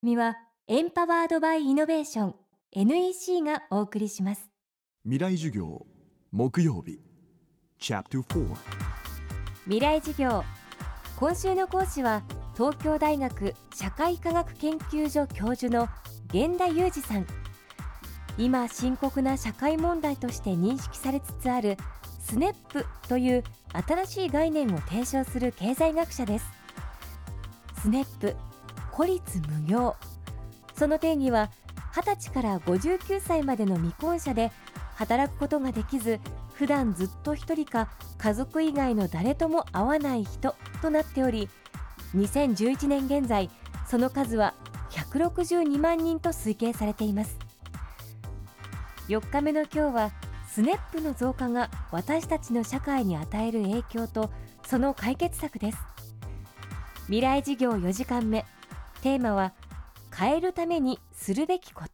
組はエンパワードバイイノベーション NEC がお送りします。 未来授業木曜日チャプター4 未来授業、今週の講師は東京大学社会科学研究所教授の源田裕二さん。今深刻な社会問題として認識されつつあるスネップという新しい概念を提唱する経済学者です。スネップ、孤立無業。その定義は20歳から59歳までの未婚者で働くことができず、普段ずっと一人か家族以外の誰とも会わない人となっており、2011年現在その数は162万人と推計されています。4日目の今日はスネップの増加が私たちの社会に与える影響とその解決策です。未来事業4時間目、テーマは変えるためにするべきこと。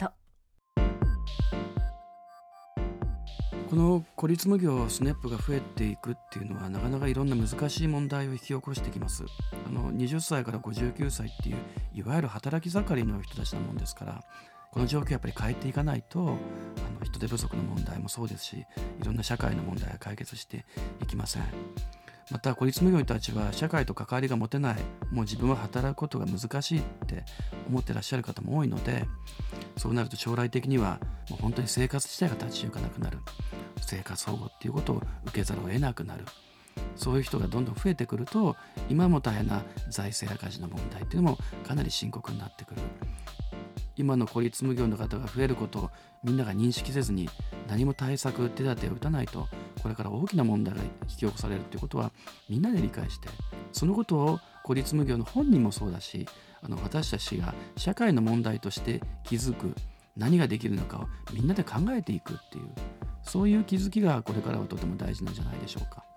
この孤立無業スネップが増えていくっていうのはなかなかいろんな難しい問題を引き起こしてきます。20歳から59歳っていういわゆる働き盛りの人たちなもんですから、この状況をやっぱり変えていかないと人手不足の問題もそうですし、いろんな社会の問題が解決していきません。また孤立無業の人たちは社会と関わりが持てない、もう自分は働くことが難しいって思ってらっしゃる方も多いので、そうなると将来的にはもう本当に生活自体が立ち行かなくなる、生活保護っていうことを受けざるを得なくなる、そういう人がどんどん増えてくると、今も大変な財政赤字の問題っていうのもかなり深刻になってくる。今の孤立無業の方が増えることをみんなが認識せずに何も対策手立てを打たないと、これから大きな問題が引き起こされるということはみんなで理解して、そのことを孤立無業の本人もそうだし、私たちが社会の問題として気づく、何ができるのかをみんなで考えていくっていう、そういう気づきがこれからはとても大事なんじゃないでしょうか。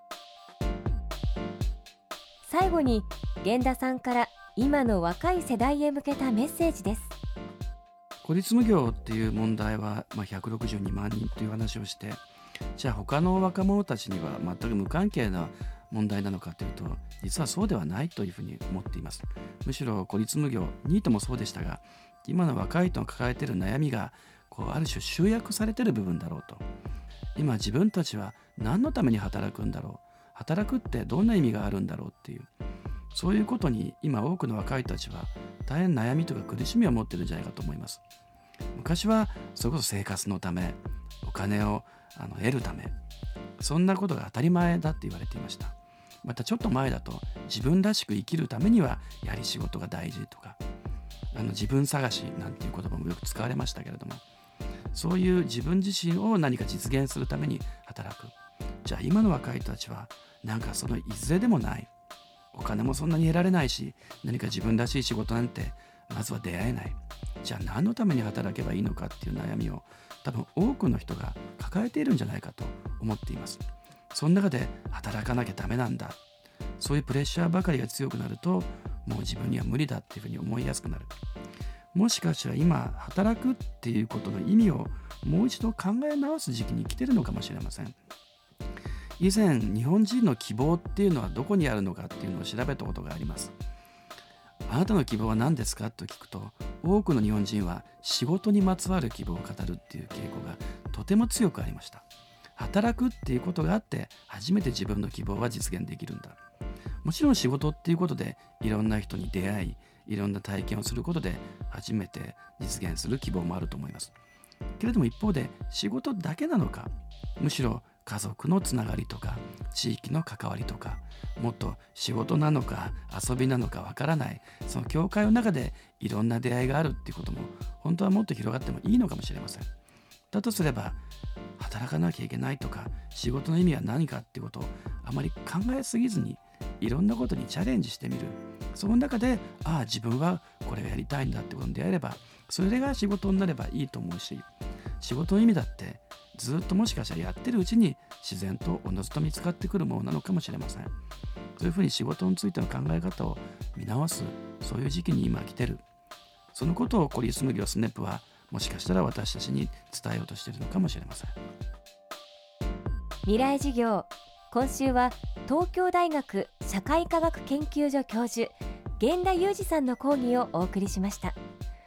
最後に源田さんから今の若い世代へ向けたメッセージです。 孤立無業っていう問題は、162万人という話をして、じゃあ他の若者たちには全く無関係な問題なのかというと、実はそうではないというふうに思っています。むしろ孤立無業、ニートもそうでしたが、今の若い人が抱えている悩みがある種集約されている部分だろうと。今自分たちは何のために働くんだろう、働くってどんな意味があるんだろうっていう、そういうことに今多くの若い人たちは大変悩みとか苦しみを持っているんじゃないかと思います。昔はそれこそ生活のため、お金を得るため、そんなことが当たり前だって言われていました。またちょっと前だと自分らしく生きるためにはやはり仕事が大事とか、自分探しなんていう言葉もよく使われましたけれども、そういう自分自身を何か実現するために働く。じゃあ今の若い人たちはなんかそのいずれでもない、お金もそんなに得られないし、何か自分らしい仕事なんてまずは出会えない。じゃあ何のために働けばいいのかっていう悩みを多分多くの人が抱えているんじゃないかと思っています。その中で働かなきゃダメなんだ、そういうプレッシャーばかりが強くなると、もう自分には無理だっていうふうに思いやすくなる。もしかしたら今働くっていうことの意味をもう一度考え直す時期に来てるのかもしれません。以前日本人の希望っていうのはどこにあるのかっていうのを調べたことがあります。あなたの希望は何ですかと聞くと、多くの日本人は仕事にまつわる希望を語るっていう傾向がとても強くありました。働くっていうことがあって初めて自分の希望は実現できるんだ。もちろん仕事っていうことでいろんな人に出会い、いろんな体験をすることで初めて実現する希望もあると思います。けれども一方で仕事だけなのか、むしろ家族のつながりとか地域の関わりとか、もっと仕事なのか遊びなのかわからない、その境界の中でいろんな出会いがあるっていうことも本当はもっと広がってもいいのかもしれません。だとすれば働かなきゃいけないとか仕事の意味は何かっていうことをあまり考えすぎずに、いろんなことにチャレンジしてみる。その中で自分はこれがやりたいんだってことに出会えれば、それが仕事になればいいと思うし、仕事の意味だってずっともしかしたらやってるうちに自然とおのずと見つかってくるものなのかもしれません。そういうふうに仕事についての考え方を見直す、そういう時期に今来てる。そのことを孤立無業スネップはもしかしたら私たちに伝えようとしているのかもしれません。 未来事業、今週は東京大学社会科学研究所教授源田裕二さんの講義をお送りしました。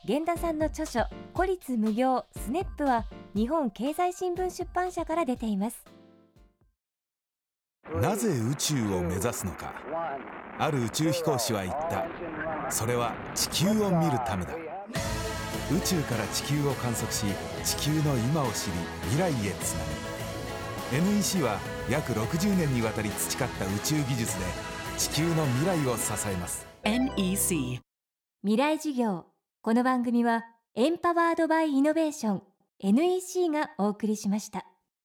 源田さんの著書孤立無業スネップは日本経済新聞出版社から出ています。 なぜ宇宙を目指すのか。ある宇宙飛行士は言った。それは地球を見るためだ。宇宙から地球を観測し、地球の今を知り未来へつなぐ。 NEC は約60年にわたり培った宇宙技術で地球の未来を支えます。 NEC 未来授業。この番組はエンパワードバイイノベーション NEC がお送りしました。